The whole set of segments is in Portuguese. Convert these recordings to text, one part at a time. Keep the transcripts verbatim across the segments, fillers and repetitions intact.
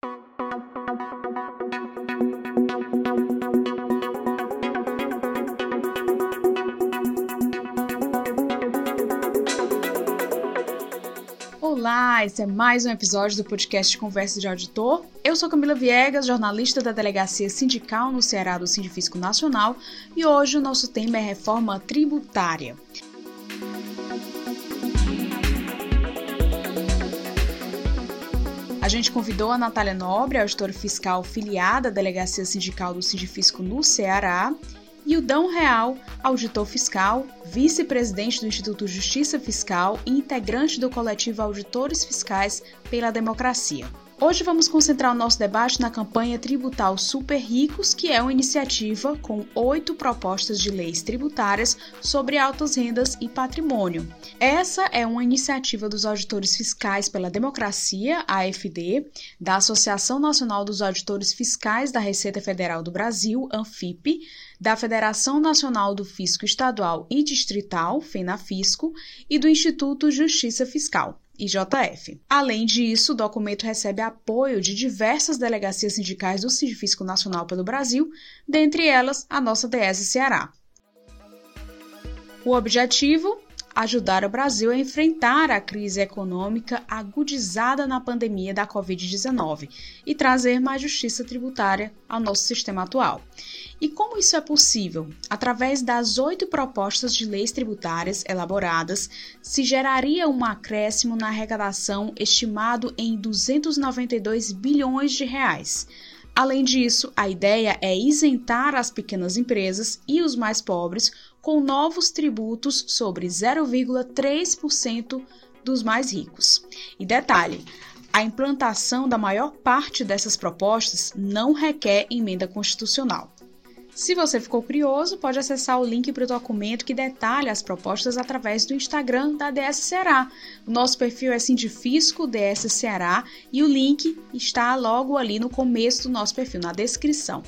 Olá, esse é mais um episódio do podcast Conversa de Auditor. Eu sou Camila Viegas, jornalista da Delegacia Sindical no Ceará do Sindifisco Nacional, e hoje o nosso tema é reforma tributária. A gente convidou a Natália Nobre, auditora fiscal filiada à Delegacia Sindical do Sindifisco no Ceará, e o Dão Real, auditor fiscal, vice-presidente do Instituto Justiça Fiscal e integrante do coletivo Auditores Fiscais pela Democracia. Hoje vamos concentrar o nosso debate na campanha Tributar os Super Ricos, que é uma iniciativa com oito propostas de leis tributárias sobre altas rendas e patrimônio. Essa é uma iniciativa dos Auditores Fiscais pela Democracia, A F D, da Associação Nacional dos Auditores Fiscais da Receita Federal do Brasil, ANFIP, da Federação Nacional do Fisco Estadual e Distrital, FENAFISCO, e do Instituto Justiça Fiscal, I J F. Além disso, o documento recebe apoio de diversas delegacias sindicais do Sindifisco Nacional pelo Brasil, dentre elas a nossa D S Ceará. O objetivo? Ajudar o Brasil a enfrentar a crise econômica agudizada na pandemia da covid dezenove e trazer mais justiça tributária ao nosso sistema atual. E como isso é possível? Através das oito propostas de leis tributárias elaboradas, se geraria um acréscimo na arrecadação estimado em duzentos e noventa e dois bilhões de reais. Além disso, a ideia é isentar as pequenas empresas e os mais pobres com novos tributos sobre zero vírgula três por cento dos mais ricos. E detalhe, a implantação da maior parte dessas propostas não requer emenda constitucional. Se você ficou curioso, pode acessar o link para o documento que detalha as propostas através do Instagram da D S Ceará. O nosso perfil é Sindifisco D S Ceará e o link está logo ali no começo do nosso perfil, na descrição.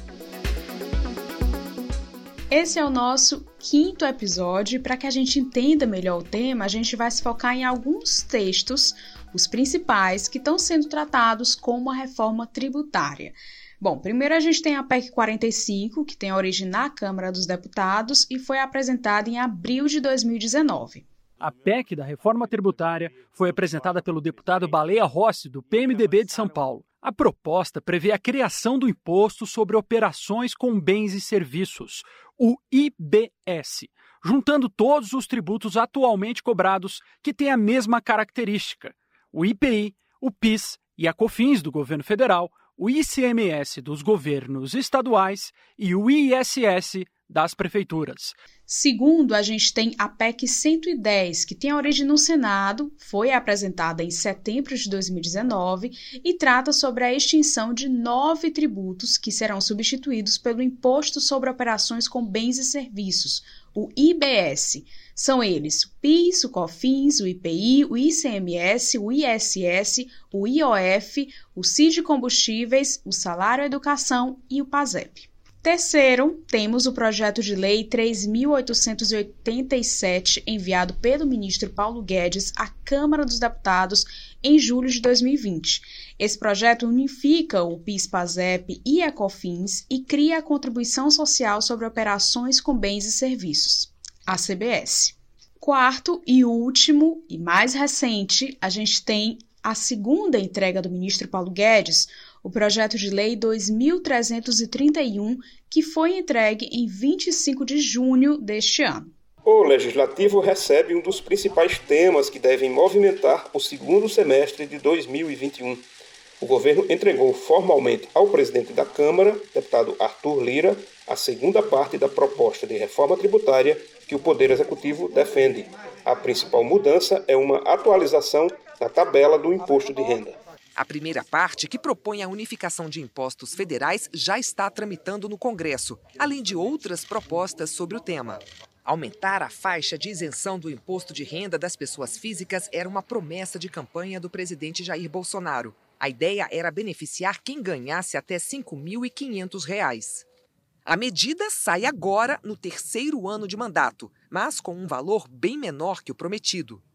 Esse é o nosso quinto episódio e para que a gente entenda melhor o tema, a gente vai se focar em alguns textos, os principais, que estão sendo tratados como a reforma tributária. Bom, primeiro a gente tem a P E C quarenta e cinco, que tem origem na Câmara dos Deputados e foi apresentada em abril de dois mil e dezenove. A P E C da reforma tributária foi apresentada pelo deputado Baleia Rossi, do P M D B de São Paulo. A proposta prevê a criação do Imposto sobre Operações com Bens e Serviços, o I B S, juntando todos os tributos atualmente cobrados que têm a mesma característica: o I P I, o PIS e a COFINS do governo federal, o I C M S dos governos estaduais e o I S S das prefeituras. Segundo, a gente tem a P E C cento e dez, que tem origem no Senado, foi apresentada em setembro de dois mil e dezenove e trata sobre a extinção de nove tributos que serão substituídos pelo Imposto sobre Operações com Bens e Serviços, o I B S. São eles o PIS, o COFINS, o I P I, o I C M S, o I S S, o I O F, o C I D Combustíveis, o Salário Educação e o PASEP. Terceiro, temos o projeto de lei três mil oitocentos e oitenta e sete, enviado pelo ministro Paulo Guedes à Câmara dos Deputados em julho de dois mil e vinte. Esse projeto unifica o PIS-PASEP e a COFINS e cria a Contribuição Social sobre Operações com Bens e Serviços, a C B S. Quarto e último e mais recente, a gente tem a segunda entrega do ministro Paulo Guedes, o projeto de lei dois mil trezentos e trinta e um, que foi entregue em vinte e cinco de junho deste ano. O Legislativo recebe um dos principais temas que devem movimentar o segundo semestre de dois mil e vinte e um. O governo entregou formalmente ao presidente da Câmara, deputado Arthur Lira, a segunda parte da proposta de reforma tributária que o Poder Executivo defende. A principal mudança é uma atualização da tabela do imposto de renda. A primeira parte, que propõe a unificação de impostos federais, já está tramitando no Congresso, além de outras propostas sobre o tema. Aumentar a faixa de isenção do imposto de renda das pessoas físicas era uma promessa de campanha do presidente Jair Bolsonaro. A ideia era beneficiar quem ganhasse até cinco mil e quinhentos reais. A medida sai agora no terceiro ano de mandato, mas com um valor bem menor que o prometido.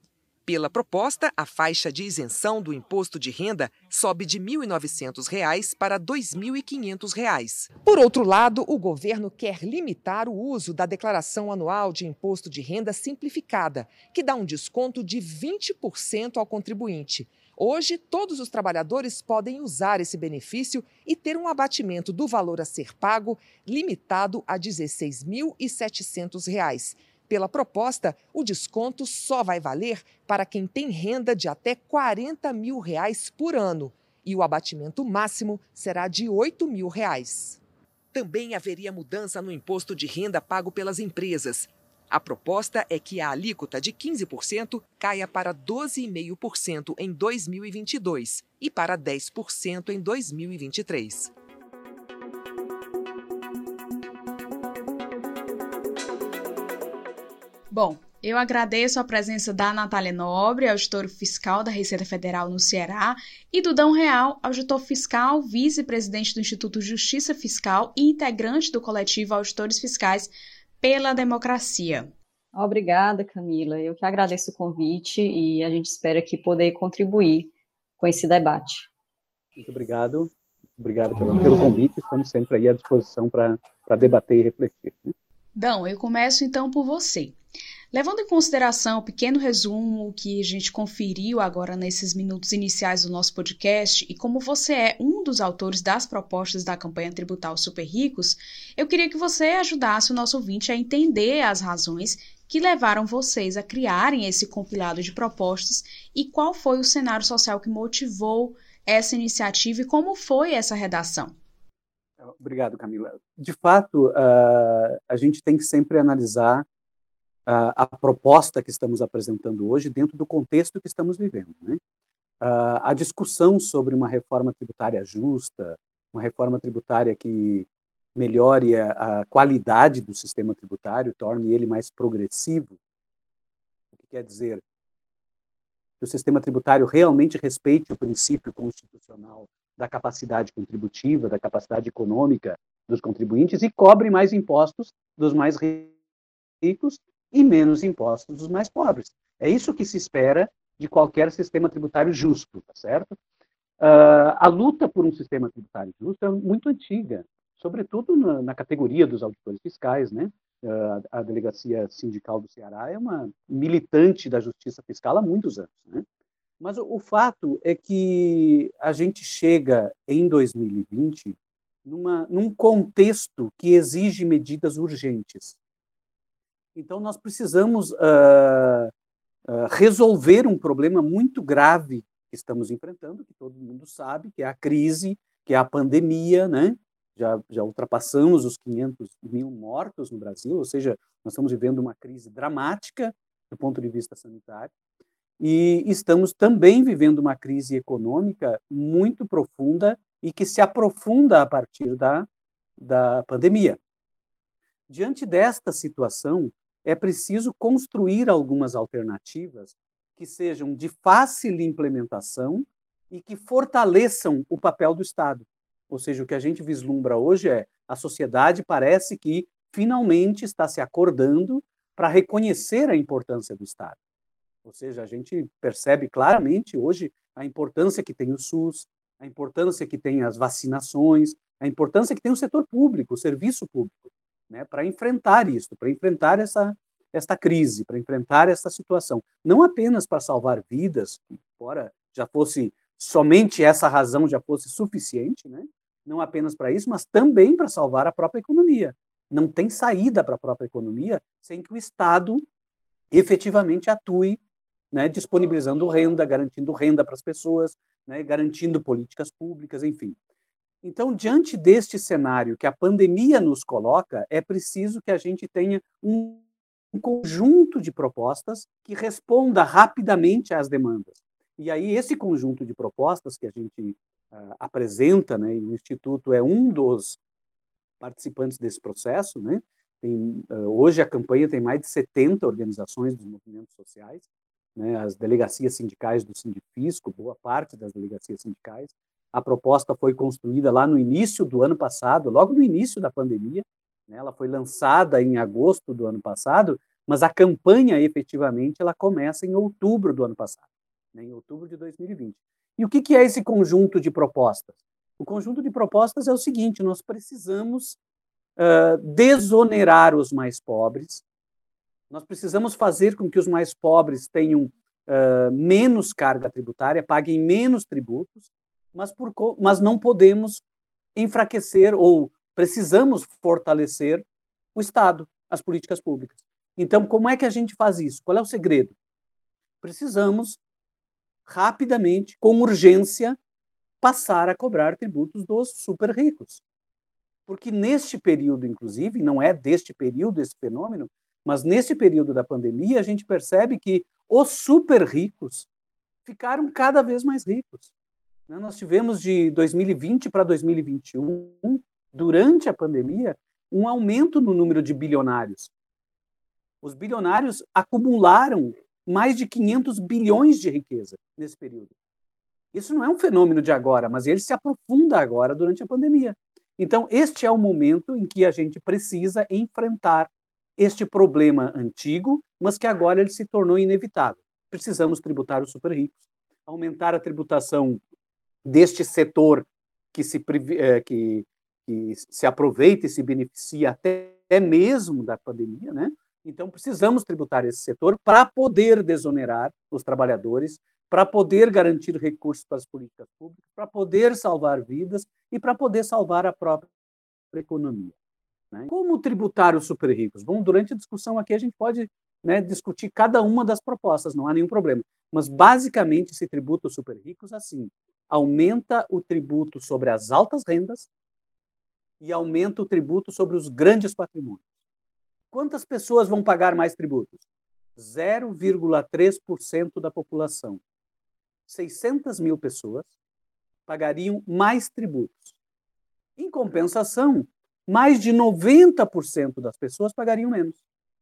Pela proposta, a faixa de isenção do imposto de renda sobe de mil e novecentos reais para dois mil e quinhentos reais. Por outro lado, o governo quer limitar o uso da declaração anual de imposto de renda simplificada, que dá um desconto de vinte por cento ao contribuinte. Hoje, todos os trabalhadores podem usar esse benefício e ter um abatimento do valor a ser pago limitado a dezesseis mil e setecentos reais. Pela proposta, o desconto só vai valer para quem tem renda de até quarenta mil reais por ano e o abatimento máximo será de oito mil reais. Também haveria mudança no imposto de renda pago pelas empresas. A proposta é que a alíquota de quinze por cento caia para doze vírgula cinco por cento em dois mil e vinte e dois e para dez por cento em dois mil e vinte e três. Bom, eu agradeço a presença da Natália Nobre, auditora fiscal da Receita Federal no Ceará, e do Dão Real, auditor fiscal, vice-presidente do Instituto Justiça Fiscal e integrante do coletivo Auditores Fiscais pela Democracia. Obrigada, Camila. Eu que agradeço o convite e a gente espera aqui poder contribuir com esse debate. Muito obrigado. Obrigado pelo, pelo convite. Estamos sempre aí à disposição para debater e refletir. Dão, eu começo então por você. Levando em consideração o pequeno resumo que a gente conferiu agora nesses minutos iniciais do nosso podcast e como você é um dos autores das propostas da campanha tributal Super Ricos, eu queria que você ajudasse o nosso ouvinte a entender as razões que levaram vocês a criarem esse compilado de propostas e qual foi o cenário social que motivou essa iniciativa e como foi essa redação. Obrigado, Camila. De fato, uh, a gente tem que sempre analisar uh, a proposta que estamos apresentando hoje dentro do contexto que estamos vivendo, né? Uh, a discussão sobre uma reforma tributária justa, uma reforma tributária que melhore a, a qualidade do sistema tributário, torne ele mais progressivo, o que quer dizer que o sistema tributário realmente respeite o princípio constitucional da capacidade contributiva, da capacidade econômica dos contribuintes e cobre mais impostos dos mais ricos e menos impostos dos mais pobres. É isso que se espera de qualquer sistema tributário justo, tá certo? Uh, a luta por um sistema tributário justo é muito antiga, sobretudo na, na categoria dos auditores fiscais, né? Uh, a Delegacia Sindical do Ceará é uma militante da justiça fiscal há muitos anos, né? Mas o, o fato é que a gente chega em dois mil e vinte numa, num contexto que exige medidas urgentes. Então, nós precisamos uh, uh, resolver um problema muito grave que estamos enfrentando, que todo mundo sabe, que é a crise, que é a pandemia, né? Já, já ultrapassamos os quinhentos mil mortos no Brasil, ou seja, nós estamos vivendo uma crise dramática do ponto de vista sanitário. E estamos também vivendo uma crise econômica muito profunda e que se aprofunda a partir da, da pandemia. Diante desta situação, é preciso construir algumas alternativas que sejam de fácil implementação e que fortaleçam o papel do Estado. Ou seja, o que a gente vislumbra hoje é a sociedade parece que finalmente está se acordando para reconhecer a importância do Estado. Ou seja, a gente percebe claramente hoje a importância que tem o SUS, a importância que tem as vacinações, a importância que tem o setor público, o serviço público, né, para enfrentar isso, para enfrentar essa, esta crise, para enfrentar essa situação. Não apenas para salvar vidas, embora já fosse somente essa razão já fosse suficiente, né? Não apenas para isso, mas também para salvar a própria economia. Não tem saída para a própria economia sem que o Estado efetivamente atue, né, disponibilizando renda, garantindo renda para as pessoas, né, garantindo políticas públicas, enfim. Então, diante deste cenário que a pandemia nos coloca, é preciso que a gente tenha um, um conjunto de propostas que responda rapidamente às demandas. E aí, esse conjunto de propostas que a gente uh, apresenta, né, e o Instituto é um dos participantes desse processo, né, tem, uh, hoje a campanha tem mais de setenta organizações dos movimentos sociais, né, as delegacias sindicais do Sindifisco, boa parte das delegacias sindicais. A proposta foi construída lá no início do ano passado, logo no início da pandemia, né, ela foi lançada em agosto do ano passado, mas a campanha, efetivamente, ela começa em outubro do ano passado, né, em outubro de dois mil e vinte. E o que, que é esse conjunto de propostas? O conjunto de propostas é o seguinte: nós precisamos uh, desonerar os mais pobres, nós precisamos fazer com que os mais pobres tenham uh, menos carga tributária, paguem menos tributos, mas, por, mas não podemos enfraquecer ou precisamos fortalecer o Estado, as políticas públicas. Então, como é que a gente faz isso? Qual é o segredo? Precisamos, rapidamente, com urgência, passar a cobrar tributos dos super ricos. Porque neste período, inclusive, não é deste período esse fenômeno, mas neste período da pandemia, a gente percebe que os super ricos ficaram cada vez mais ricos. Nós tivemos de dois mil e vinte para dois mil e vinte e um, durante a pandemia, um aumento no número de bilionários. Os bilionários acumularam mais de quinhentos bilhões de riqueza nesse período. Isso não é um fenômeno de agora, mas ele se aprofunda agora durante a pandemia. Então, este é o momento em que a gente precisa enfrentar este problema antigo, mas que agora ele se tornou inevitável. Precisamos tributar os super ricos, aumentar a tributação deste setor que se, que, que se aproveita e se beneficia até mesmo da pandemia, né? Então, precisamos tributar esse setor para poder desonerar os trabalhadores, para poder garantir recursos para as políticas públicas, para poder salvar vidas e para poder salvar a própria economia. Né? Como tributar os super ricos? Bom, durante a discussão aqui a gente pode, né, discutir cada uma das propostas, não há nenhum problema. Mas, basicamente, se tributa os super ricos assim: aumenta o tributo sobre as altas rendas e aumenta o tributo sobre os grandes patrimônios. Quantas pessoas vão pagar mais tributos? zero vírgula três por cento da população. seiscentas mil pessoas pagariam mais tributos. Em compensação, mais de noventa por cento das pessoas pagariam menos.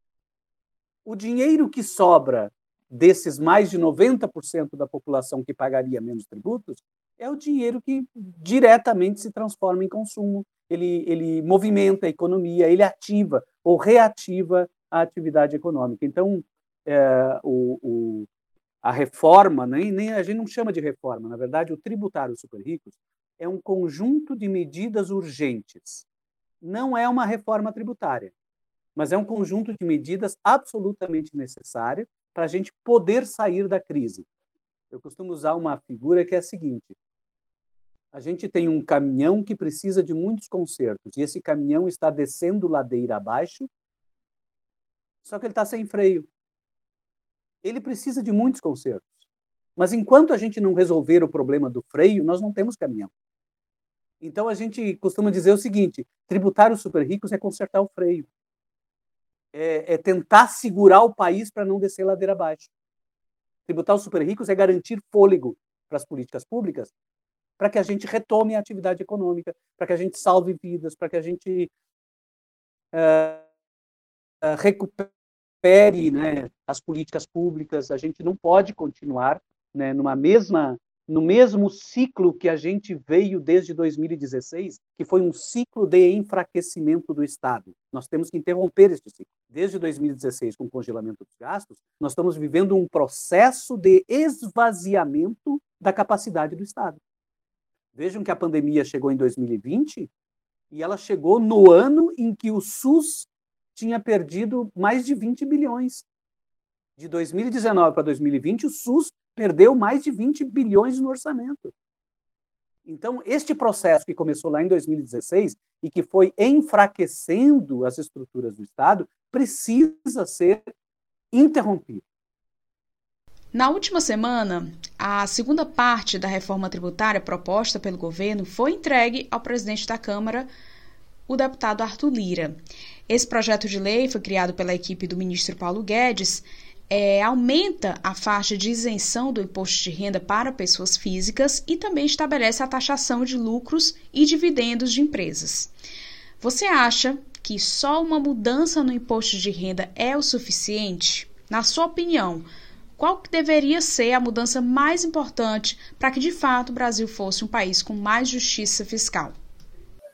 O dinheiro que sobra desses mais de noventa por cento da população que pagaria menos tributos é o dinheiro que diretamente se transforma em consumo. Ele, ele movimenta a economia, ele ativa ou reativa a atividade econômica. Então, é, o, o, a reforma, nem, nem a gente não chama de reforma, na verdade, o tributário super ricos é um conjunto de medidas urgentes. Não é uma reforma tributária, mas é um conjunto de medidas absolutamente necessárias para a gente poder sair da crise. Eu costumo usar uma figura que é a seguinte: a gente tem um caminhão que precisa de muitos consertos, e esse caminhão está descendo ladeira abaixo, só que ele está sem freio. Ele precisa de muitos consertos. Mas enquanto a gente não resolver o problema do freio, nós não temos caminhão. Então a gente costuma dizer o seguinte: tributar os super ricos é consertar o freio. É, é tentar segurar o país para não descer ladeira abaixo. Tributar os super ricos é garantir fôlego para as políticas públicas, para que a gente retome a atividade econômica, para que a gente salve vidas, para que a gente uh, uh, recupere, né, as políticas públicas. A gente não pode continuar, né, numa mesma, no mesmo ciclo que a gente veio desde dois mil e dezesseis, que foi um ciclo de enfraquecimento do Estado. Nós temos que interromper este ciclo. Desde dois mil e dezesseis, com o congelamento dos gastos, nós estamos vivendo um processo de esvaziamento da capacidade do Estado. Vejam que a pandemia chegou em dois mil e vinte e ela chegou no ano em que o SUS tinha perdido mais de vinte bilhões. De dois mil e dezenove para dois mil e vinte, o SUS perdeu mais de vinte bilhões no orçamento. Então, este processo que começou lá em dois mil e dezesseis e que foi enfraquecendo as estruturas do Estado precisa ser interrompido. Na última semana, a segunda parte da reforma tributária proposta pelo governo foi entregue ao presidente da Câmara, o deputado Arthur Lira. Esse projeto de lei foi criado pela equipe do ministro Paulo Guedes, é, aumenta a faixa de isenção do imposto de renda para pessoas físicas e também estabelece a taxação de lucros e dividendos de empresas. Você acha que só uma mudança no imposto de renda é o suficiente? Na sua opinião, qual que deveria ser a mudança mais importante para que, de fato, o Brasil fosse um país com mais justiça fiscal?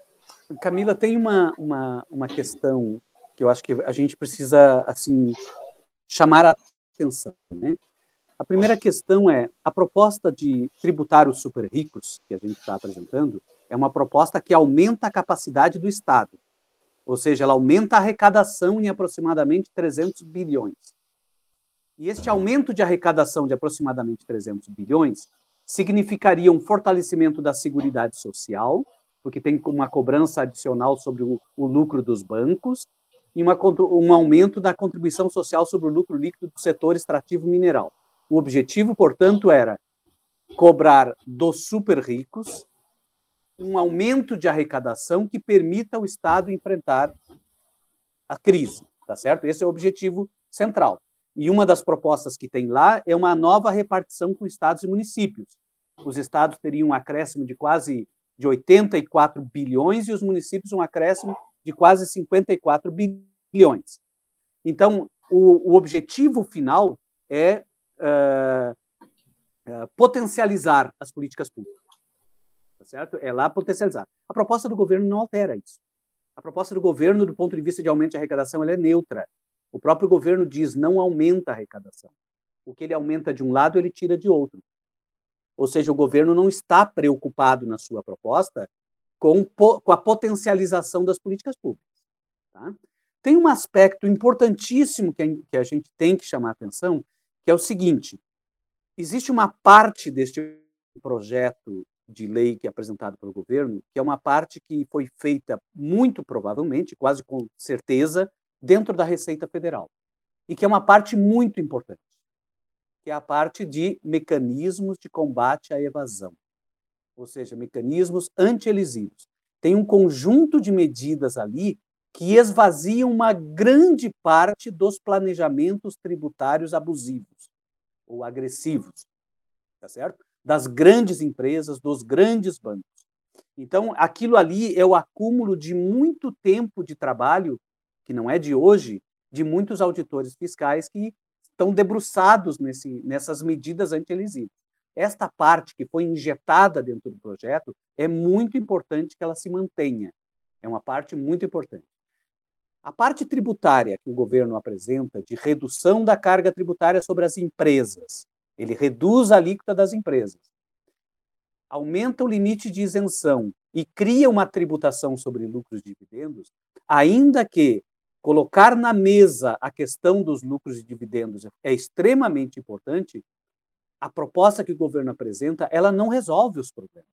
Camila, tem uma, uma, uma questão que eu acho que a gente precisa, assim, chamar a atenção, né? A primeira questão é, a proposta de tributar os super ricos, que a gente está apresentando, é uma proposta que aumenta a capacidade do Estado. Ou seja, ela aumenta a arrecadação em aproximadamente trezentos bilhões. E este aumento de arrecadação de aproximadamente trezentos bilhões significaria um fortalecimento da Seguridade Social, porque tem uma cobrança adicional sobre o, o lucro dos bancos, e uma, um aumento da contribuição social sobre o lucro líquido do setor extrativo mineral. O objetivo, portanto, era cobrar dos super ricos um aumento de arrecadação que permita ao Estado enfrentar a crise, tá certo? Esse é o objetivo central. E uma das propostas que tem lá é uma nova repartição com estados e municípios. Os estados teriam um acréscimo de quase de oitenta e quatro bilhões e os municípios um acréscimo de quase cinquenta e quatro bilhões. Então, o, o objetivo final é uh, uh, potencializar as políticas públicas. Tá certo? É lá potencializar. A proposta do governo não altera isso. A proposta do governo, do ponto de vista de aumento de arrecadação, ela é neutra. O próprio governo diz, não aumenta a arrecadação. O que ele aumenta de um lado, ele tira de outro. Ou seja, o governo não está preocupado na sua proposta com, com a potencialização das políticas públicas. Tá? Tem um aspecto importantíssimo que a, que a gente tem que chamar a atenção, que é o seguinte, existe uma parte deste projeto de lei que é apresentado pelo governo, que é uma parte que foi feita muito provavelmente, quase com certeza, dentro da Receita Federal, e que é uma parte muito importante, que é a parte de mecanismos de combate à evasão, ou seja, mecanismos anti-elisivos. Tem um conjunto de medidas ali que esvaziam uma grande parte dos planejamentos tributários abusivos ou agressivos, tá certo? Das grandes empresas, dos grandes bancos. Então, aquilo ali é o acúmulo de muito tempo de trabalho, que não é de hoje, de muitos auditores fiscais que estão debruçados nesse, nessas medidas anti-elisivas. Esta parte que foi injetada dentro do projeto é muito importante que ela se mantenha. É uma parte muito importante. A parte tributária que o governo apresenta de redução da carga tributária sobre as empresas, ele reduz a alíquota das empresas, aumenta o limite de isenção e cria uma tributação sobre lucros e dividendos, ainda que colocar na mesa a questão dos lucros e dividendos é extremamente importante, a proposta que o governo apresenta, ela não resolve os problemas.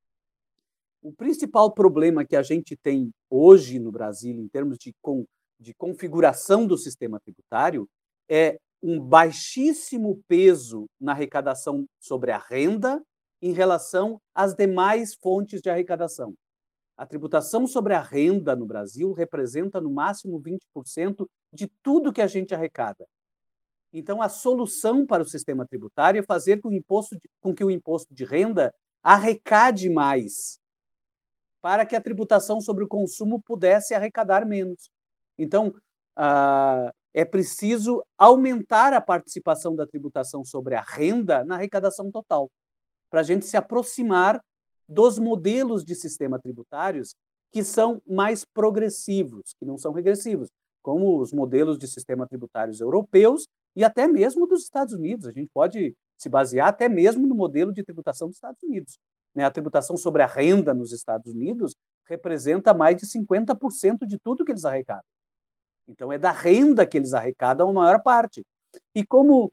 O principal problema que a gente tem hoje no Brasil, em termos de, com, de configuração do sistema tributário, é um baixíssimo peso na arrecadação sobre a renda em relação às demais fontes de arrecadação. A tributação sobre a renda no Brasil representa no máximo vinte por cento de tudo que a gente arrecada. Então, a solução para o sistema tributário é fazer com, o imposto de, com que o imposto de renda arrecade mais, para que a tributação sobre o consumo pudesse arrecadar menos. Então, ah, é preciso aumentar a participação da tributação sobre a renda na arrecadação total, para a gente se aproximar dos modelos de sistema tributários que são mais progressivos, que não são regressivos, como os modelos de sistema tributários europeus e até mesmo dos Estados Unidos. A gente pode se basear até mesmo no modelo de tributação dos Estados Unidos. A tributação sobre a renda nos Estados Unidos representa mais de cinquenta por cento de tudo que eles arrecadam. Então, é da renda que eles arrecadam a maior parte. E como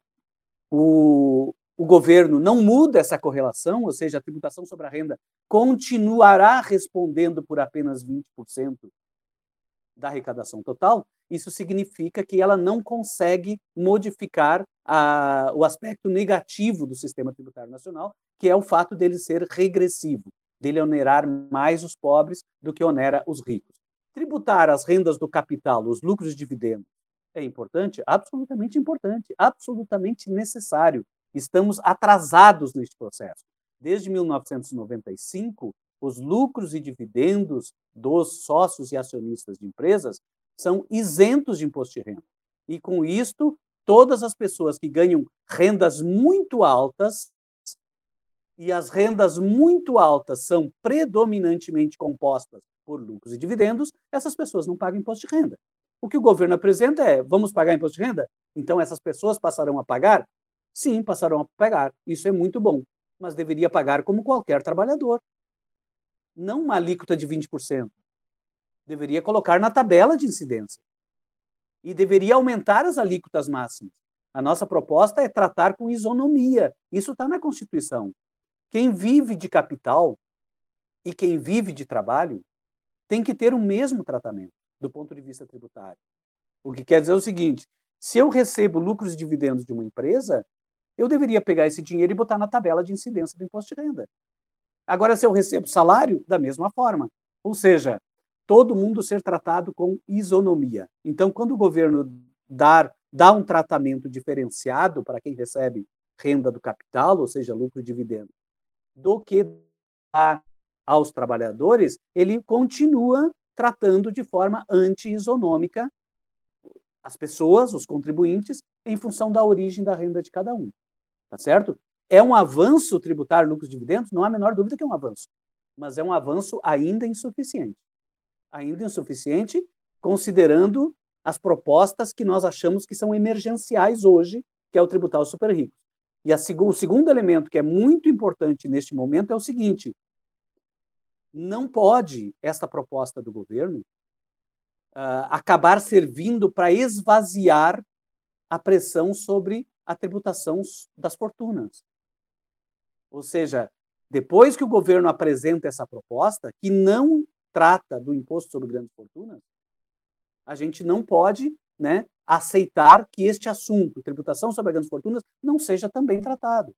o, o governo não muda essa correlação, ou seja, a tributação sobre a renda continuará respondendo por apenas vinte por cento da arrecadação total, isso significa que ela não consegue modificar a, o aspecto negativo do sistema tributário nacional, que é o fato dele ser regressivo, dele onerar mais os pobres do que onera os ricos. Tributar as rendas do capital, os lucros e dividendos, é importante? Absolutamente importante, absolutamente necessário. Estamos atrasados neste processo. Desde mil novecentos e noventa e cinco, os lucros e dividendos dos sócios e acionistas de empresas são isentos de imposto de renda. E, com isto, todas as pessoas que ganham rendas muito altas, e as rendas muito altas são predominantemente compostas por lucros e dividendos, essas pessoas não pagam imposto de renda. O que o governo apresenta é, vamos pagar imposto de renda? Então essas pessoas passarão a pagar? Sim, passarão a pagar. Isso é muito bom, mas deveria pagar como qualquer trabalhador. Não uma alíquota de vinte por cento. Deveria colocar na tabela de incidência. E deveria aumentar as alíquotas máximas. A nossa proposta é tratar com isonomia. Isso está na Constituição. Quem vive de capital e quem vive de trabalho tem que ter o mesmo tratamento do ponto de vista tributário. O que quer dizer o seguinte, se eu recebo lucros e dividendos de uma empresa, eu deveria pegar esse dinheiro e botar na tabela de incidência do imposto de renda. Agora, se eu recebo salário, da mesma forma. Ou seja, todo mundo ser tratado com isonomia. Então, quando o governo dar, dá um tratamento diferenciado para quem recebe renda do capital, ou seja, lucro e dividendo, do que dá aos trabalhadores, ele continua tratando de forma anti-isonômica as pessoas, os contribuintes, em função da origem da renda de cada um. Tá certo? É um avanço tributário lucros e dividendos? Não há a menor dúvida que é um avanço. Mas é um avanço ainda insuficiente. Ainda insuficiente, considerando as propostas que nós achamos que são emergenciais hoje, que é o tributar os super ricos. E a, o segundo elemento que é muito importante neste momento é o seguinte: não pode esta proposta do governo uh, acabar servindo para esvaziar a pressão sobre a tributação das fortunas. Ou seja, depois que o governo apresenta essa proposta, que não trata do imposto sobre grandes fortunas, a gente não pode, né, aceitar que este assunto, tributação sobre grandes fortunas, não seja também tratado.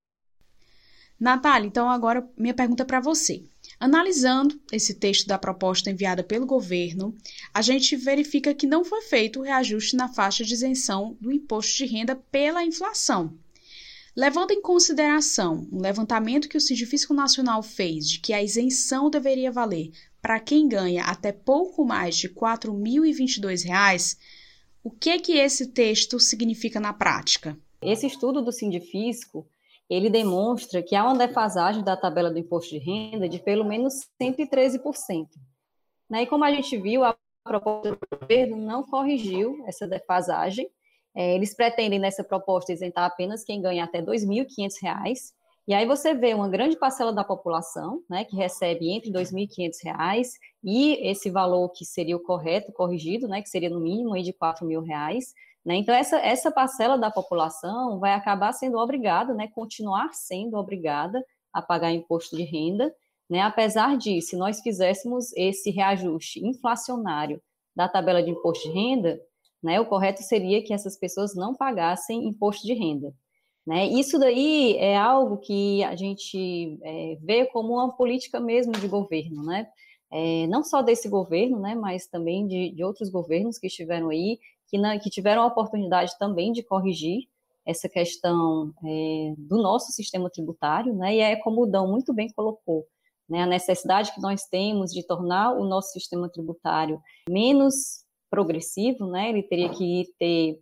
Natália, então agora minha pergunta para você. Analisando esse texto da proposta enviada pelo governo, a gente verifica que não foi feito o reajuste na faixa de isenção do imposto de renda pela inflação. Levando em consideração um levantamento que o Sindifisco Nacional fez de que a isenção deveria valer para quem ganha até pouco mais de quatro mil e vinte e dois reais, o que que esse texto significa na prática? Esse estudo do Sindifisco, ele demonstra que há uma defasagem da tabela do imposto de renda de pelo menos cento e treze por cento. Né? E como a gente viu, a proposta do governo não corrigiu essa defasagem. É, eles pretendem, nessa proposta, isentar apenas quem ganha até dois mil e quinhentos reais. E aí você vê uma grande parcela da população, né, que recebe entre dois mil e quinhentos reais e esse valor que seria o correto, corrigido, né, que seria no mínimo aí de quatro mil reais. Né? Então, essa, essa parcela da população vai acabar sendo obrigada, né, continuar sendo obrigada a pagar imposto de renda, né? Apesar de, se nós fizéssemos esse reajuste inflacionário da tabela de imposto de renda, né, o correto seria que essas pessoas não pagassem imposto de renda. Né? Isso daí é algo que a gente é, vê como uma política mesmo de governo, né? É, não só desse governo, né, mas também de, de outros governos que estiveram aí, que, na, que tiveram a oportunidade também de corrigir essa questão é, do nosso sistema tributário, né? E é como o Dão muito bem colocou, né, a necessidade que nós temos de tornar o nosso sistema tributário menos progressivo, né? Ele teria que ter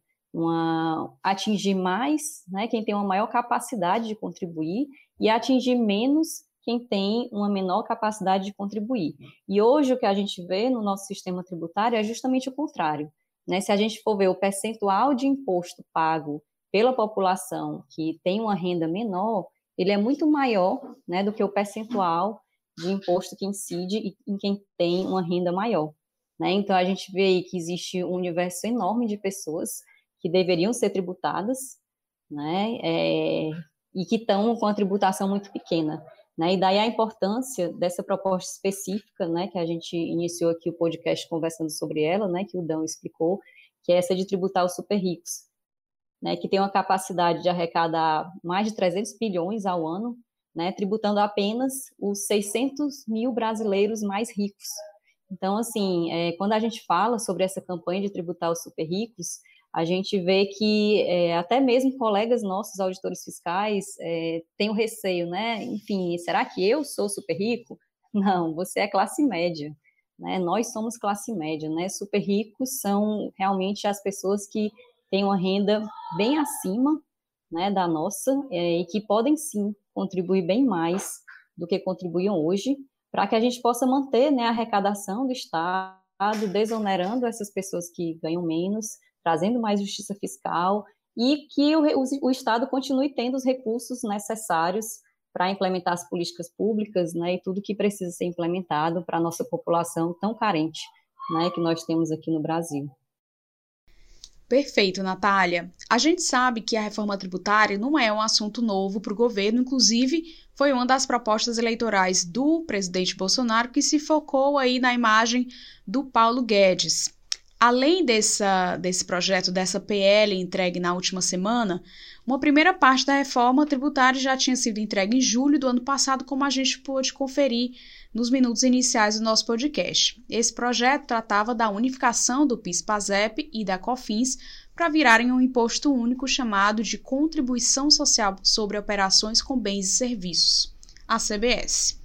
uma, atingir mais, né, quem tem uma maior capacidade de contribuir e atingir menos quem tem uma menor capacidade de contribuir. E hoje o que a gente vê no nosso sistema tributário é justamente o contrário. Né? Se a gente for ver o percentual de imposto pago pela população que tem uma renda menor, ele é muito maior, né, do que o percentual de imposto que incide em quem tem uma renda maior. Né? Então, a gente vê aí que existe um universo enorme de pessoas que deveriam ser tributadas, né, é, e que estão com a tributação muito pequena. Né? E daí a importância dessa proposta específica, né, que a gente iniciou aqui o podcast conversando sobre ela, né, que o Dão explicou, que é essa de tributar os super ricos, né, que tem uma capacidade de arrecadar mais de trezentos bilhões ao ano, né, tributando apenas os seiscentos mil brasileiros mais ricos. Então, assim, é, quando a gente fala sobre essa campanha de tributar os super ricos, a gente vê que é, até mesmo colegas nossos, auditores fiscais, é, têm o receio, né? Enfim, será que eu sou super rico? Não, você é classe média, né? Nós somos classe média, né? Super ricos são realmente as pessoas que têm uma renda bem acima, né, da nossa, é, e que podem, sim, contribuir bem mais do que contribuem hoje, para que a gente possa manter, né, a arrecadação do Estado, desonerando essas pessoas que ganham menos, trazendo mais justiça fiscal e que o, o, o Estado continue tendo os recursos necessários para implementar as políticas públicas, né, e tudo que precisa ser implementado para a nossa população tão carente, né, que nós temos aqui no Brasil. Perfeito, Natália. A gente sabe que a reforma tributária não é um assunto novo para o governo, inclusive foi uma das propostas eleitorais do presidente Bolsonaro que se focou aí na imagem do Paulo Guedes. Além dessa, desse projeto, dessa P L entregue na última semana, uma primeira parte da reforma tributária já tinha sido entregue em julho do ano passado, como a gente pôde conferir nos minutos iniciais do nosso podcast. Esse projeto tratava da unificação do PIS/PASEP e da COFINS para virarem um imposto único chamado de Contribuição Social sobre Operações com Bens e Serviços, a C B S.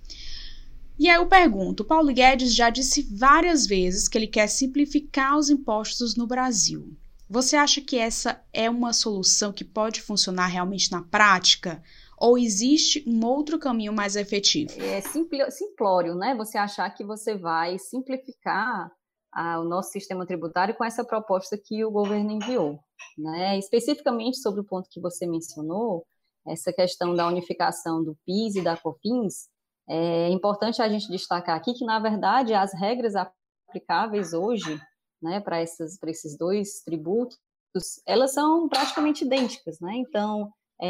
E aí eu pergunto, o Paulo Guedes já disse várias vezes que ele quer simplificar os impostos no Brasil. Você acha que essa é uma solução que pode funcionar realmente na prática? Ou existe um outro caminho mais efetivo? É simplório, né? Você achar que você vai simplificar a, o nosso sistema tributário com essa proposta que o governo enviou, né? Especificamente sobre o ponto que você mencionou, essa questão da unificação do PIS e da COFINS, é importante a gente destacar aqui que, na verdade, as regras aplicáveis hoje, né, para esses dois tributos, elas são praticamente idênticas, né? Então,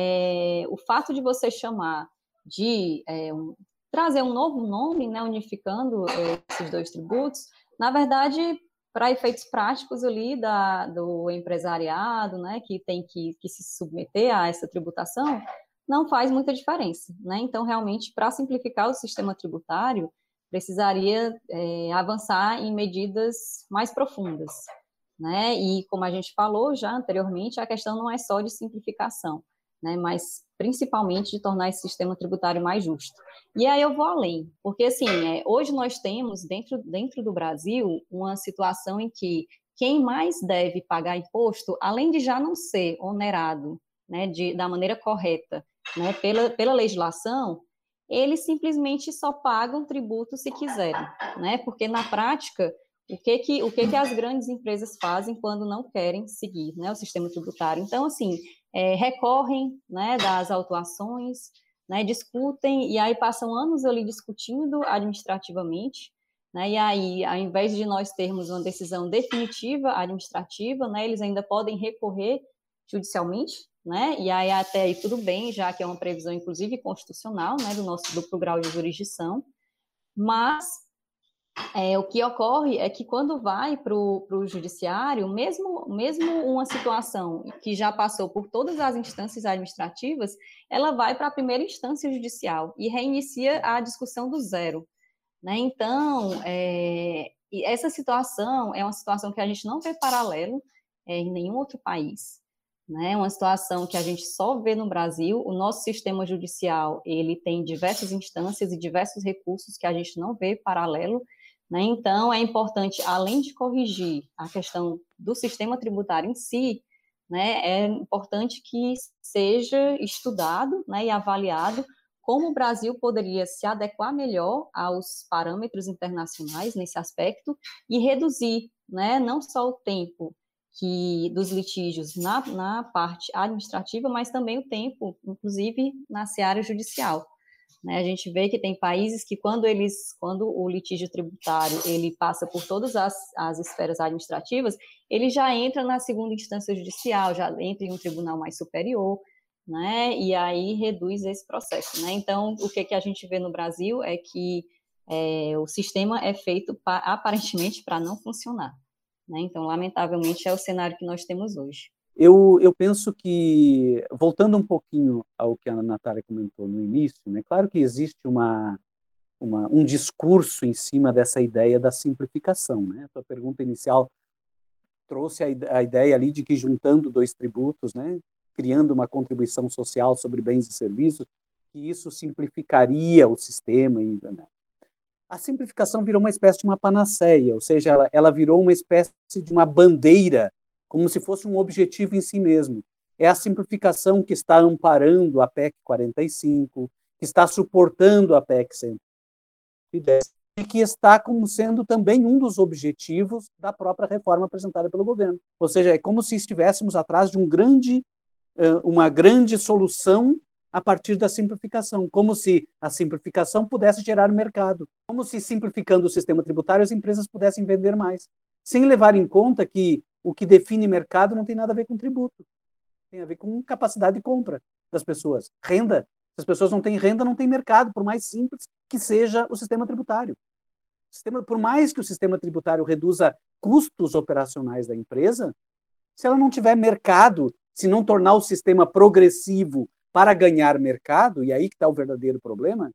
é, o fato de você chamar de é, um, trazer um novo nome, né, unificando é, esses dois tributos, na verdade, para efeitos práticos ali da, do empresariado, né, que tem que, que se submeter a essa tributação, não faz muita diferença, né? Então, realmente, para simplificar o sistema tributário, precisaria é, avançar em medidas mais profundas, né? E, como a gente falou já anteriormente, a questão não é só de simplificação, né? Mas, principalmente, de tornar esse sistema tributário mais justo. E aí eu vou além, porque, assim, é, hoje nós temos, dentro, dentro do Brasil, uma situação em que quem mais deve pagar imposto, além de já não ser onerado, né, de, da maneira correta, né, pela, pela legislação, eles simplesmente só pagam tributo se quiserem, né, porque na prática, o que que, o que que as grandes empresas fazem quando não querem seguir, né, o sistema tributário? Então, assim, é, recorrem, né, das autuações, né, discutem, e aí passam anos ali discutindo administrativamente, né, e aí, ao invés de nós termos uma decisão definitiva administrativa, né, eles ainda podem recorrer judicialmente, né? E aí até aí tudo bem, já que é uma previsão, inclusive, constitucional, né, do nosso duplo grau de jurisdição, mas é, o que ocorre é que quando vai para o judiciário, mesmo, mesmo uma situação que já passou por todas as instâncias administrativas, ela vai para a primeira instância judicial e reinicia a discussão do zero, né? Então, é, essa situação é uma situação que a gente não vê paralelo é, em nenhum outro país, né, uma situação que a gente só vê no Brasil. O nosso sistema judicial, ele tem diversas instâncias e diversos recursos que a gente não vê paralelo, né, então é importante, além de corrigir a questão do sistema tributário em si, né, é importante que seja estudado, né, e avaliado como o Brasil poderia se adequar melhor aos parâmetros internacionais nesse aspecto e reduzir, né, não só o tempo que dos litígios na, na parte administrativa, mas também o tempo, inclusive, na seara judicial. Né? A gente vê que tem países que, quando, eles, quando o litígio tributário ele passa por todas as, as esferas administrativas, ele já entra na segunda instância judicial, já entra em um tribunal mais superior, né? E aí reduz esse processo. Né? Então, o que, que a gente vê no Brasil é que é, o sistema é feito, pra, aparentemente, para não funcionar. Né? Então, lamentavelmente, é o cenário que nós temos hoje. Eu, eu penso que, voltando um pouquinho ao que a Natália comentou no início, né, claro que existe uma, uma, um discurso em cima dessa ideia da simplificação. Né? A sua pergunta inicial trouxe a, a ideia ali de que, juntando dois tributos, né, criando uma contribuição social sobre bens e serviços, que isso simplificaria o sistema. E, né? A simplificação virou uma espécie de uma panaceia, ou seja, ela, ela virou uma espécie de uma bandeira, como se fosse um objetivo em si mesmo. É a simplificação que está amparando a P E C quarenta e cinco, que está suportando a P E C cento e dez, e que está como sendo também um dos objetivos da própria reforma apresentada pelo governo. Ou seja, é como se estivéssemos atrás de um grande, uma grande solução a partir da simplificação, como se a simplificação pudesse gerar mercado, como se simplificando o sistema tributário as empresas pudessem vender mais, sem levar em conta que o que define mercado não tem nada a ver com tributo, tem a ver com capacidade de compra das pessoas, renda. Se as pessoas não têm renda, não tem mercado, por mais simples que seja o sistema tributário. O sistema, por mais que o sistema tributário reduza custos operacionais da empresa, se ela não tiver mercado, se não tornar o sistema progressivo para ganhar mercado, e aí que está o verdadeiro problema,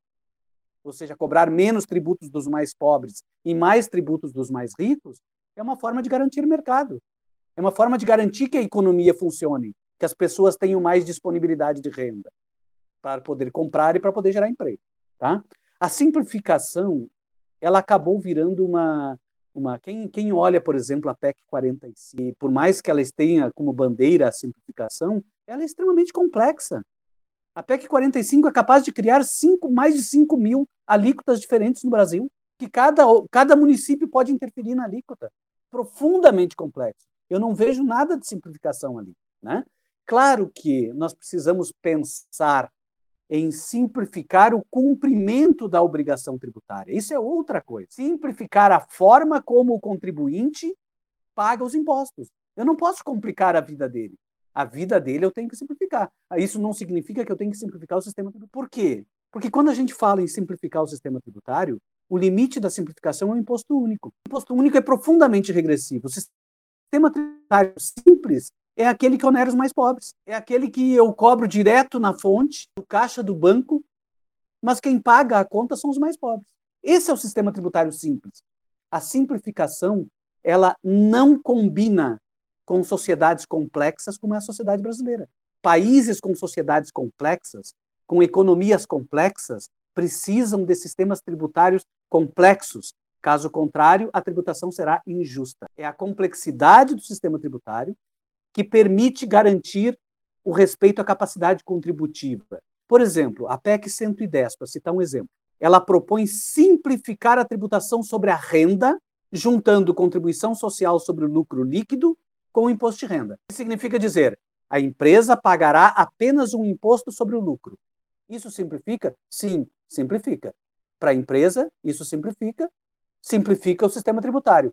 ou seja, cobrar menos tributos dos mais pobres e mais tributos dos mais ricos, é uma forma de garantir mercado. É uma forma de garantir que a economia funcione, que as pessoas tenham mais disponibilidade de renda para poder comprar e para poder gerar emprego. Tá? A simplificação, ela acabou virando uma... uma quem, quem olha, por exemplo, a P E C quarenta e cinco, por mais que ela tenha como bandeira a simplificação, ela é extremamente complexa. A P E C quarenta e cinco é capaz de criar cinco, mais de cinco mil alíquotas diferentes no Brasil, que cada, cada município pode interferir na alíquota. Profundamente complexo. Eu não vejo nada de simplificação ali. Né? Claro que nós precisamos pensar em simplificar o cumprimento da obrigação tributária. Isso é outra coisa. Simplificar a forma como o contribuinte paga os impostos. Eu não posso complicar a vida dele. A vida dele eu tenho que simplificar. Isso não significa que eu tenho que simplificar o sistema tributário. Por quê? Porque quando a gente fala em simplificar o sistema tributário, o limite da simplificação é o imposto único. O imposto único é profundamente regressivo. O sistema tributário simples é aquele que onera os mais pobres. É aquele que eu cobro direto na fonte, do caixa do banco, mas quem paga a conta são os mais pobres. Esse é o sistema tributário simples. A simplificação, ela não combina com sociedades complexas como é a sociedade brasileira. Países com sociedades complexas, com economias complexas, precisam de sistemas tributários complexos. Caso contrário, a tributação será injusta. É a complexidade do sistema tributário que permite garantir o respeito à capacidade contributiva. Por exemplo, a P E C cento e dez, para citar um exemplo, ela propõe simplificar a tributação sobre a renda, juntando contribuição social sobre o lucro líquido com o imposto de renda. Isso significa dizer, a empresa pagará apenas um imposto sobre o lucro. Isso simplifica? Sim, simplifica. Para a empresa, isso simplifica, simplifica o sistema tributário.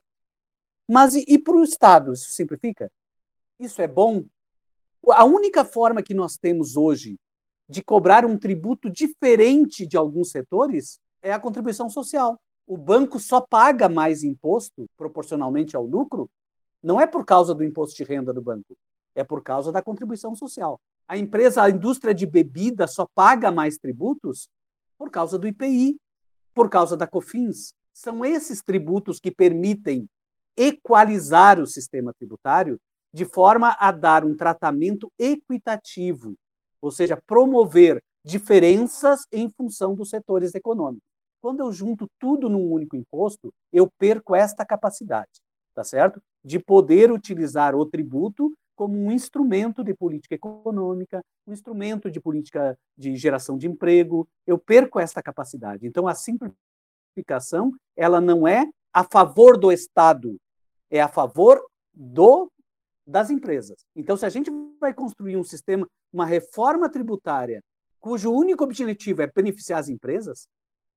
Mas e, e para o Estado, isso simplifica? Isso é bom? A única forma que nós temos hoje de cobrar um tributo diferente de alguns setores é a contribuição social. O banco só paga mais imposto, proporcionalmente ao lucro, não é por causa do imposto de renda do banco, é por causa da contribuição social. A empresa, a indústria de bebida só paga mais tributos por causa do I P I, por causa da COFINS. São esses tributos que permitem equalizar o sistema tributário de forma a dar um tratamento equitativo, ou seja, promover diferenças em função dos setores econômicos. Quando eu junto tudo num único imposto, eu perco esta capacidade, tá certo? De poder utilizar o tributo como um instrumento de política econômica, um instrumento de política de geração de emprego. Eu perco esta capacidade. Então, a simplificação, ela não é a favor do Estado, é a favor do, das empresas. Então, se a gente vai construir um sistema, uma reforma tributária, cujo único objetivo é beneficiar as empresas,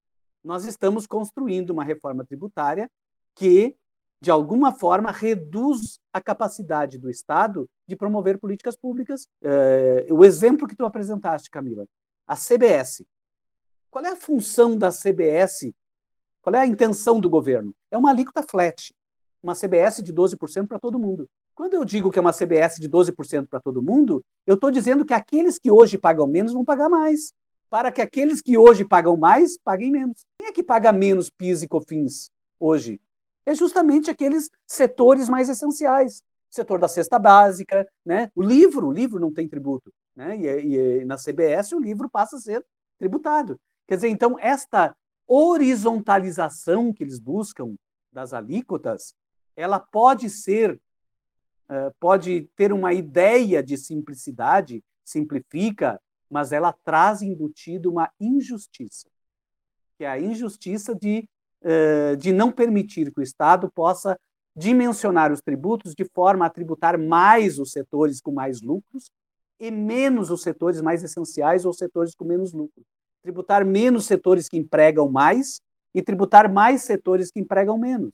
nós estamos construindo uma reforma tributária que, de alguma forma, reduz a capacidade do Estado de promover políticas públicas. É, o exemplo que tu apresentaste, Camila, a C B S. Qual é a função da C B S? Qual é a intenção do governo? É uma alíquota flat, uma C B S de doze por cento para todo mundo. Quando eu digo que é uma C B S de doze por cento para todo mundo, eu estou dizendo que aqueles que hoje pagam menos vão pagar mais, para que aqueles que hoje pagam mais, paguem menos. Quem é que paga menos P I S e COFINS hoje? É justamente aqueles setores mais essenciais. O setor da cesta básica, né? O livro, o livro não tem tributo, né? E, e na C B S o livro passa a ser tributado. Quer dizer, então, esta horizontalização que eles buscam das alíquotas, ela pode ser, uh, pode ter uma ideia de simplicidade, simplifica, mas ela traz embutido uma injustiça, que é a injustiça de uh, de não permitir que o Estado possa dimensionar os tributos de forma a tributar mais os setores com mais lucros e menos os setores mais essenciais ou setores com menos lucro. Tributar menos setores que empregam mais e tributar mais setores que empregam menos.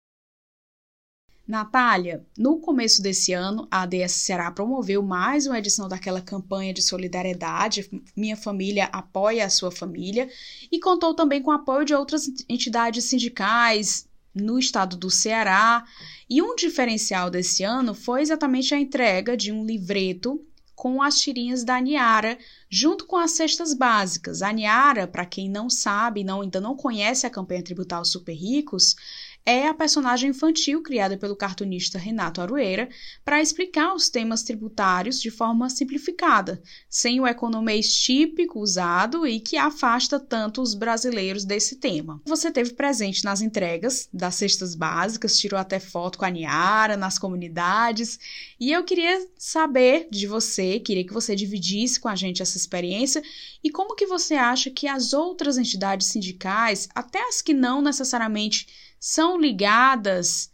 Natália, no começo desse ano, a A D S Ceará promoveu mais uma edição daquela campanha de solidariedade, Minha Família Apoia a Sua Família, e contou também com o apoio de outras entidades sindicais no estado do Ceará. E um diferencial desse ano foi exatamente a entrega de um livreto com as tirinhas da Niara, junto com as cestas básicas. A Niara, para quem não sabe, não, ainda não conhece a campanha tributar os super ricos, é a personagem infantil criada pelo cartunista Renato Aroeira para explicar os temas tributários de forma simplificada, sem o economês típico usado e que afasta tanto os brasileiros desse tema. Você esteve presente nas entregas das cestas básicas, tirou até foto com a Niara, nas comunidades, e eu queria saber de você, queria que você dividisse com a gente essa experiência e como que você acha que as outras entidades sindicais, até as que não necessariamente são ligadas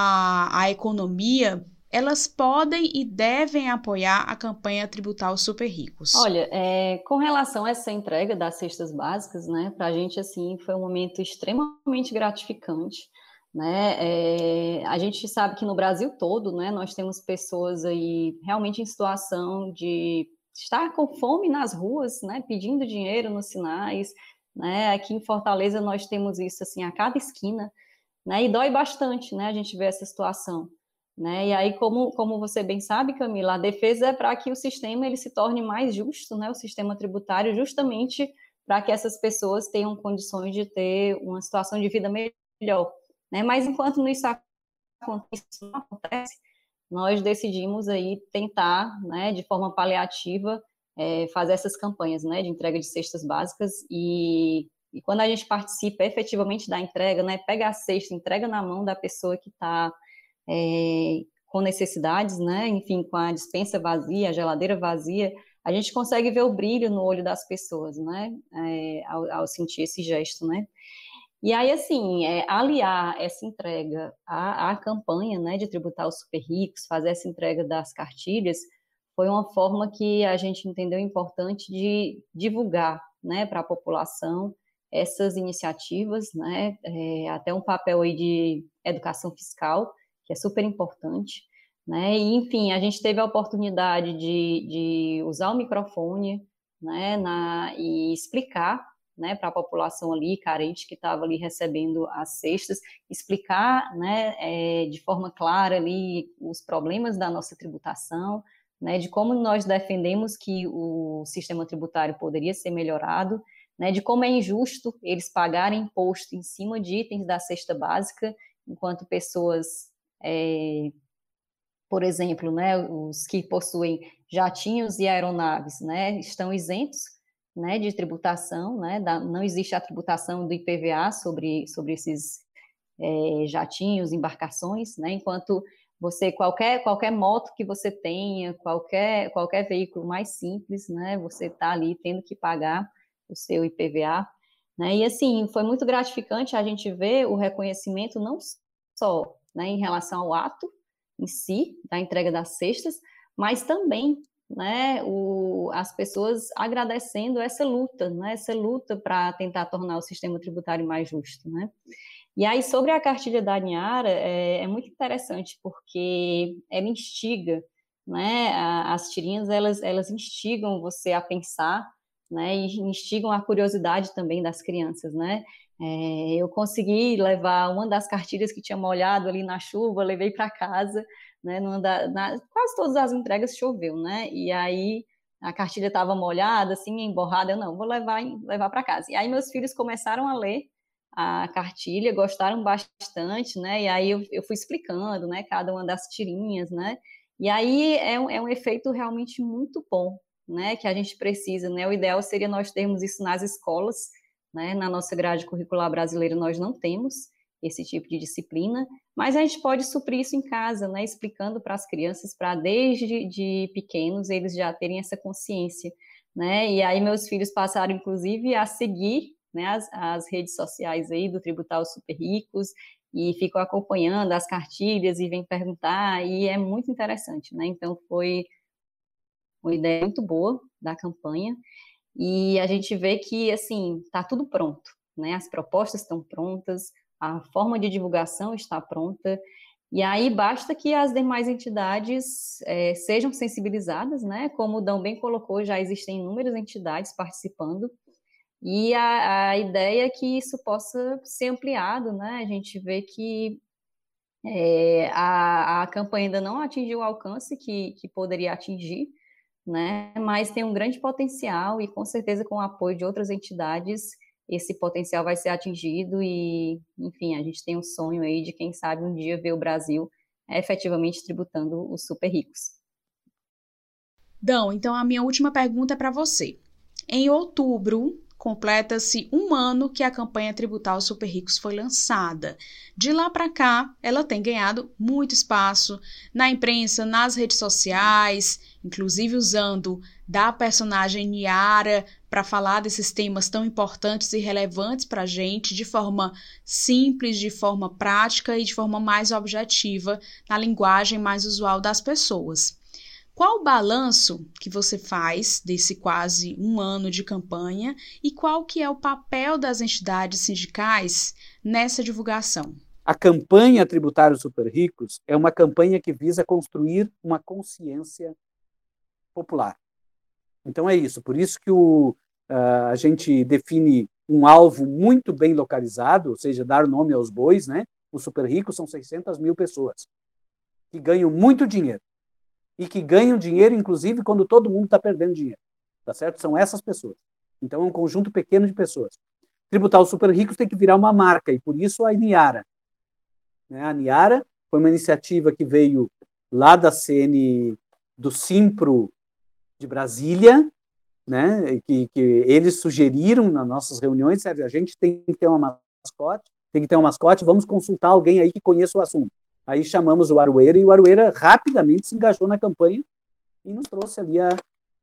à, à economia, elas podem e devem apoiar a campanha tributar os super ricos. Olha, é, com relação a essa entrega das cestas básicas, né, para a gente assim foi um momento extremamente gratificante, né? É, a gente sabe que no Brasil todo, né, nós temos pessoas aí realmente em situação de estar com fome nas ruas, né, pedindo dinheiro nos sinais, né? Aqui em Fortaleza nós temos isso assim a cada esquina. Né, e dói bastante, né, a gente ver essa situação, né, e aí como, como você bem sabe, Camila, a defesa é para que o sistema ele se torne mais justo, né, o sistema tributário, justamente para que essas pessoas tenham condições de ter uma situação de vida melhor, né, mas enquanto isso acontece, não acontece, nós decidimos aí tentar, né, de forma paliativa, é, fazer essas campanhas, né, de entrega de cestas básicas e E quando a gente participa efetivamente da entrega, né, pega a cesta, entrega na mão da pessoa que está é, com necessidades, né, enfim, com a despensa vazia, a geladeira vazia, a gente consegue ver o brilho no olho das pessoas, né, é, ao, ao sentir esse gesto, né. E aí, assim, é, aliar essa entrega à, à campanha, né, de tributar os super ricos, fazer essa entrega das cartilhas, foi uma forma que a gente entendeu importante de divulgar, né, para a população essas iniciativas, né, é, até um papel aí de educação fiscal, que é super importante, né, e enfim, a gente teve a oportunidade de, de usar o microfone, né, na, e explicar, né, para a população ali, carente, que estava ali recebendo as cestas, explicar, né, é, de forma clara ali os problemas da nossa tributação, né, de como nós defendemos que o sistema tributário poderia ser melhorado, né, de como é injusto eles pagarem imposto em cima de itens da cesta básica, enquanto pessoas, é, por exemplo, né, os que possuem jatinhos e aeronaves, né, estão isentos, né, de tributação, né, da, não existe a tributação do I P V A sobre, sobre esses é, jatinhos, embarcações, né, enquanto você, qualquer, qualquer moto que você tenha, qualquer, qualquer veículo mais simples, né, você está ali tendo que pagar o seu I P V A, né, e assim, foi muito gratificante a gente ver o reconhecimento não só, né, em relação ao ato em si, da entrega das cestas, mas também, né, o, as pessoas agradecendo essa luta, né, essa luta para tentar tornar o sistema tributário mais justo, né. E aí, sobre a cartilha da Niara, é, é muito interessante, porque ela instiga, né, as tirinhas, elas, elas instigam você a pensar, né, e instigam a curiosidade também das crianças, né. É, eu consegui levar uma das cartilhas que tinha molhado ali na chuva, levei para casa, né, numa da, na, quase todas as entregas choveu, né, e aí a cartilha estava molhada, assim, emborrada, eu não, vou levar, levar para casa. E aí meus filhos começaram a ler a cartilha, gostaram bastante, né, e aí eu, eu fui explicando, né, cada uma das tirinhas, né, e aí é um, é um efeito realmente muito bom, né, que a gente precisa, né, o ideal seria nós termos isso nas escolas, né, na nossa grade curricular brasileira nós não temos esse tipo de disciplina, mas a gente pode suprir isso em casa, né, explicando para as crianças, para desde de pequenos eles já terem essa consciência, né, e aí meus filhos passaram, inclusive, a seguir, né, as, as redes sociais aí do Tributar os Super Ricos e ficam acompanhando as cartilhas e vêm perguntar, e é muito interessante, né? Então, foi uma ideia muito boa da campanha, e a gente vê que, assim, está tudo pronto, né? As propostas estão prontas, a forma de divulgação está pronta, e aí basta que as demais entidades é, sejam sensibilizadas, né? Como o Dão bem colocou, já existem inúmeras entidades participando, e a, a ideia é que isso possa ser ampliado, né? A gente vê que é, a, a campanha ainda não atingiu o alcance que, que poderia atingir, né? Mas tem um grande potencial e, com certeza, com o apoio de outras entidades, esse potencial vai ser atingido e, enfim, a gente tem um sonho aí de, quem sabe, um dia ver o Brasil efetivamente tributando os super ricos. Dão, então a minha última pergunta é para você. Em outubro, completa-se um ano que a campanha tributar os super ricos foi lançada. De lá para cá, ela tem ganhado muito espaço na imprensa, nas redes sociais, inclusive usando da personagem Niara para falar desses temas tão importantes e relevantes para a gente de forma simples, de forma prática e de forma mais objetiva, na linguagem mais usual das pessoas. Qual o balanço que você faz desse quase um ano de campanha e qual que é o papel das entidades sindicais nessa divulgação? A campanha Tributar os Super Ricos é uma campanha que visa construir uma consciência popular. Então é isso, por isso que o, uh, a gente define um alvo muito bem localizado, ou seja, dar nome aos bois, né? Os super ricos são seiscentas mil pessoas que ganham muito dinheiro. E que ganham dinheiro, inclusive, quando todo mundo está perdendo dinheiro. Tá certo? São essas pessoas. Então, é um conjunto pequeno de pessoas. Tributar os super ricos tem que virar uma marca, e por isso a Niara. Né? A Niara foi uma iniciativa que veio lá da C N, do Simpro de Brasília, né? que, que eles sugeriram nas nossas reuniões, sabe? A gente tem que ter uma mascote, tem que ter uma mascote, vamos consultar alguém aí que conheça o assunto. Aí chamamos o Aroeira, e o Aroeira rapidamente se engajou na campanha e nos trouxe ali a,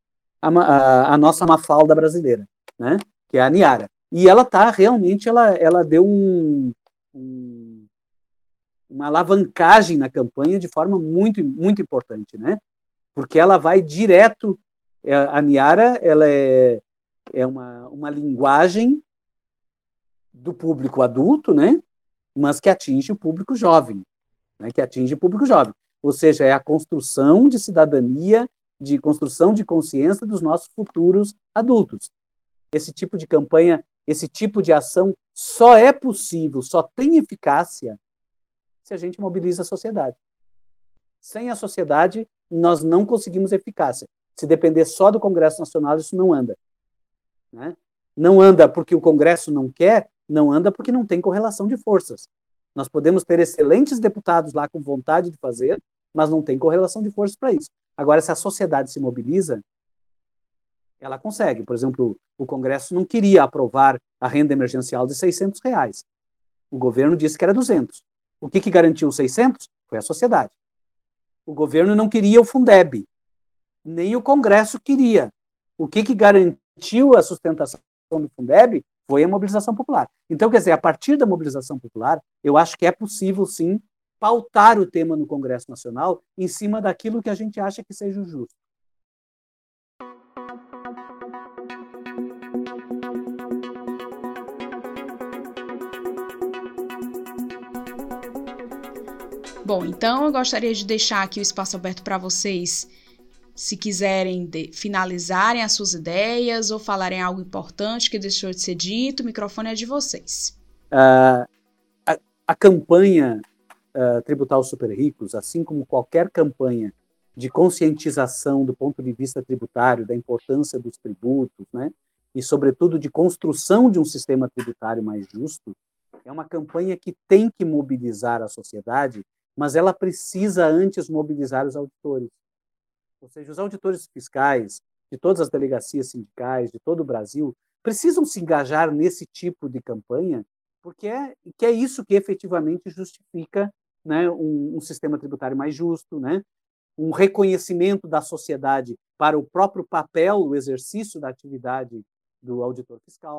a, a nossa Mafalda brasileira, né? Que é a Niara. E ela tá realmente, ela, ela deu um, um, uma alavancagem na campanha de forma muito, muito importante, né? Porque ela vai direto, a Niara, ela é, é uma, uma linguagem do público adulto, né? Mas que atinge o público jovem. Né, que atinge o público jovem. Ou seja, é a construção de cidadania, de construção de consciência dos nossos futuros adultos. Esse tipo de campanha, esse tipo de ação só é possível, só tem eficácia se a gente mobiliza a sociedade. Sem a sociedade, nós não conseguimos eficácia. Se depender só do Congresso Nacional, isso não anda. Né? Não anda porque o Congresso não quer, não anda porque não tem correlação de forças. Nós podemos ter excelentes deputados lá com vontade de fazer, mas não tem correlação de forças para isso. Agora, se a sociedade se mobiliza, ela consegue. Por exemplo, o Congresso não queria aprovar a renda emergencial de seiscentos reais. O governo disse que era duzentos. O que, que garantiu os seiscentos? Foi a sociedade. O governo não queria o Fundeb. Nem o Congresso queria. O que, que garantiu a sustentação do Fundeb? Foi a mobilização popular. Então, quer dizer, a partir da mobilização popular, eu acho que é possível, sim, pautar o tema no Congresso Nacional em cima daquilo que a gente acha que seja justo. Bom, então eu gostaria de deixar aqui o espaço aberto para vocês, se quiserem de, finalizarem as suas ideias ou falarem algo importante que deixou de ser dito, o microfone é de vocês. Uh, a, a campanha uh, Tributar os Super Ricos, assim como qualquer campanha de conscientização do ponto de vista tributário, da importância dos tributos, né, e, sobretudo, de construção de um sistema tributário mais justo, é uma campanha que tem que mobilizar a sociedade, mas ela precisa antes mobilizar os auditores. Ou seja, os auditores fiscais de todas as delegacias sindicais de todo o Brasil precisam se engajar nesse tipo de campanha, porque é, que é isso que efetivamente justifica, né, um, um sistema tributário mais justo, né, um reconhecimento da sociedade para o próprio papel, o exercício da atividade do auditor fiscal,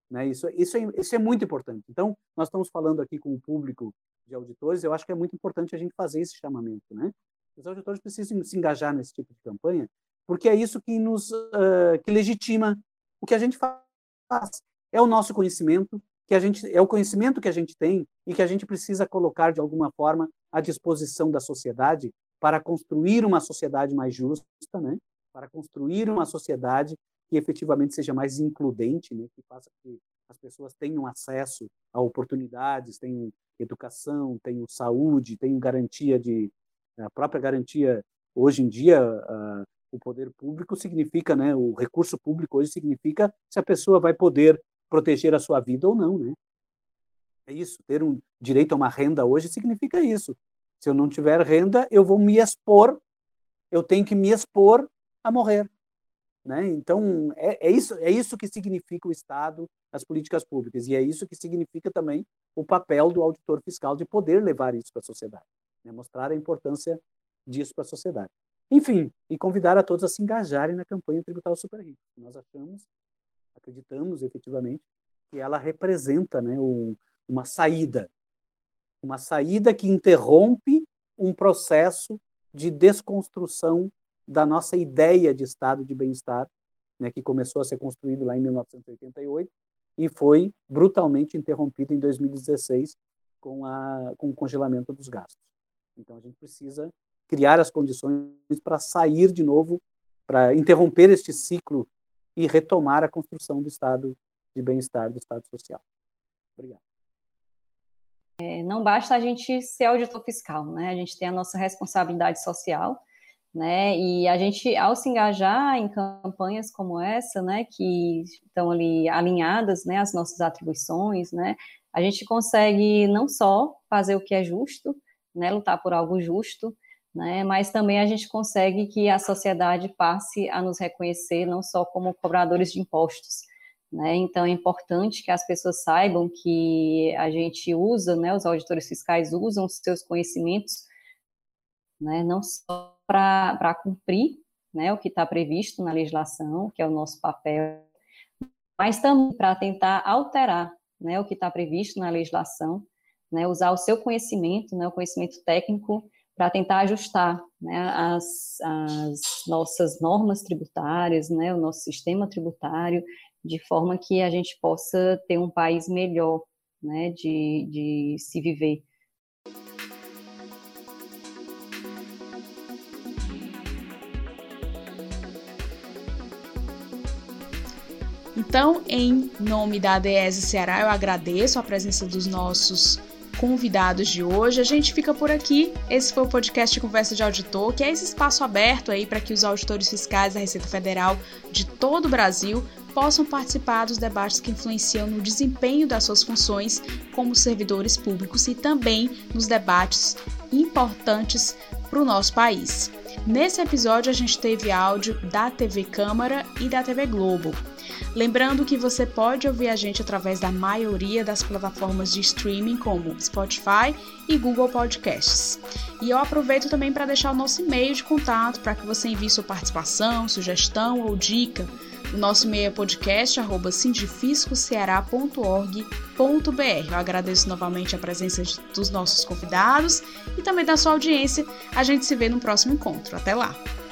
Né? Isso, isso, é, isso é muito importante. Então, nós estamos falando aqui com o público de auditores, eu acho que é muito importante a gente fazer esse chamamento. Né? Os auditores precisam se engajar nesse tipo de campanha, porque é isso que nos uh, que legitima o que a gente faz. É o nosso conhecimento, que a gente, é o conhecimento que a gente tem e que a gente precisa colocar, de alguma forma, à disposição da sociedade para construir uma sociedade mais justa, né? Para construir uma sociedade que efetivamente seja mais includente, né? Que faça que as pessoas tenham acesso a oportunidades, tenham educação, tenham saúde, tenham garantia de... A própria garantia, hoje em dia, uh, o poder público significa, né? O recurso público hoje significa se a pessoa vai poder proteger a sua vida ou não, né? É isso, ter um direito a uma renda hoje significa isso. Se eu não tiver renda, eu vou me expor, eu tenho que me expor a morrer. Né? Então, é, é, isso, é isso que significa o Estado, as políticas públicas, e é isso que significa também o papel do auditor fiscal de poder levar isso para a sociedade, né? Mostrar a importância disso para a sociedade. Enfim, e convidar a todos a se engajarem na campanha tributável super rico. Nós achamos, acreditamos efetivamente, que ela representa, né, um, uma saída, uma saída que interrompe um processo de desconstrução da nossa ideia de estado de bem-estar, né, que começou a ser construído lá em mil novecentos e oitenta e oito e foi brutalmente interrompido em dois mil e dezesseis com, a, com o congelamento dos gastos. Então, a gente precisa criar as condições para sair de novo, para interromper este ciclo e retomar a construção do estado de bem-estar, do estado social. Obrigado. É, não basta a gente ser auditor fiscal, né? A gente tem a nossa responsabilidade social, né? E a gente, ao se engajar em campanhas como essa, né, que estão ali alinhadas, né, às nossas atribuições, né, a gente consegue não só fazer o que é justo, né, lutar por algo justo, né, mas também a gente consegue que a sociedade passe a nos reconhecer não só como cobradores de impostos, né? Então é importante que as pessoas saibam que a gente usa, né, os auditores fiscais usam os seus conhecimentos, né, não só para cumprir, né, o que está previsto na legislação, que é o nosso papel, mas também para tentar alterar, né, o que está previsto na legislação, né, usar o seu conhecimento, né, o conhecimento técnico, para tentar ajustar, né, as, as nossas normas tributárias, né, o nosso sistema tributário, de forma que a gente possa ter um país melhor, né, de, de se viver. Então, em nome da ADESE Ceará, eu agradeço a presença dos nossos convidados de hoje. A gente fica por aqui. Esse foi o podcast Conversa de Auditor, que é esse espaço aberto aí para que os auditores fiscais da Receita Federal de todo o Brasil possam participar dos debates que influenciam no desempenho das suas funções como servidores públicos e também nos debates importantes para o nosso país. Nesse episódio, a gente teve áudio da T V Câmara e da T V Globo. Lembrando que você pode ouvir a gente através da maioria das plataformas de streaming, como Spotify e Google Podcasts. E eu aproveito também para deixar o nosso e-mail de contato para que você envie sua participação, sugestão ou dica. O nosso e-mail é podcast arroba sindifisco ceará ponto org ponto b r. Eu agradeço novamente a presença de, dos nossos convidados e também da sua audiência. A gente se vê no próximo encontro. Até lá!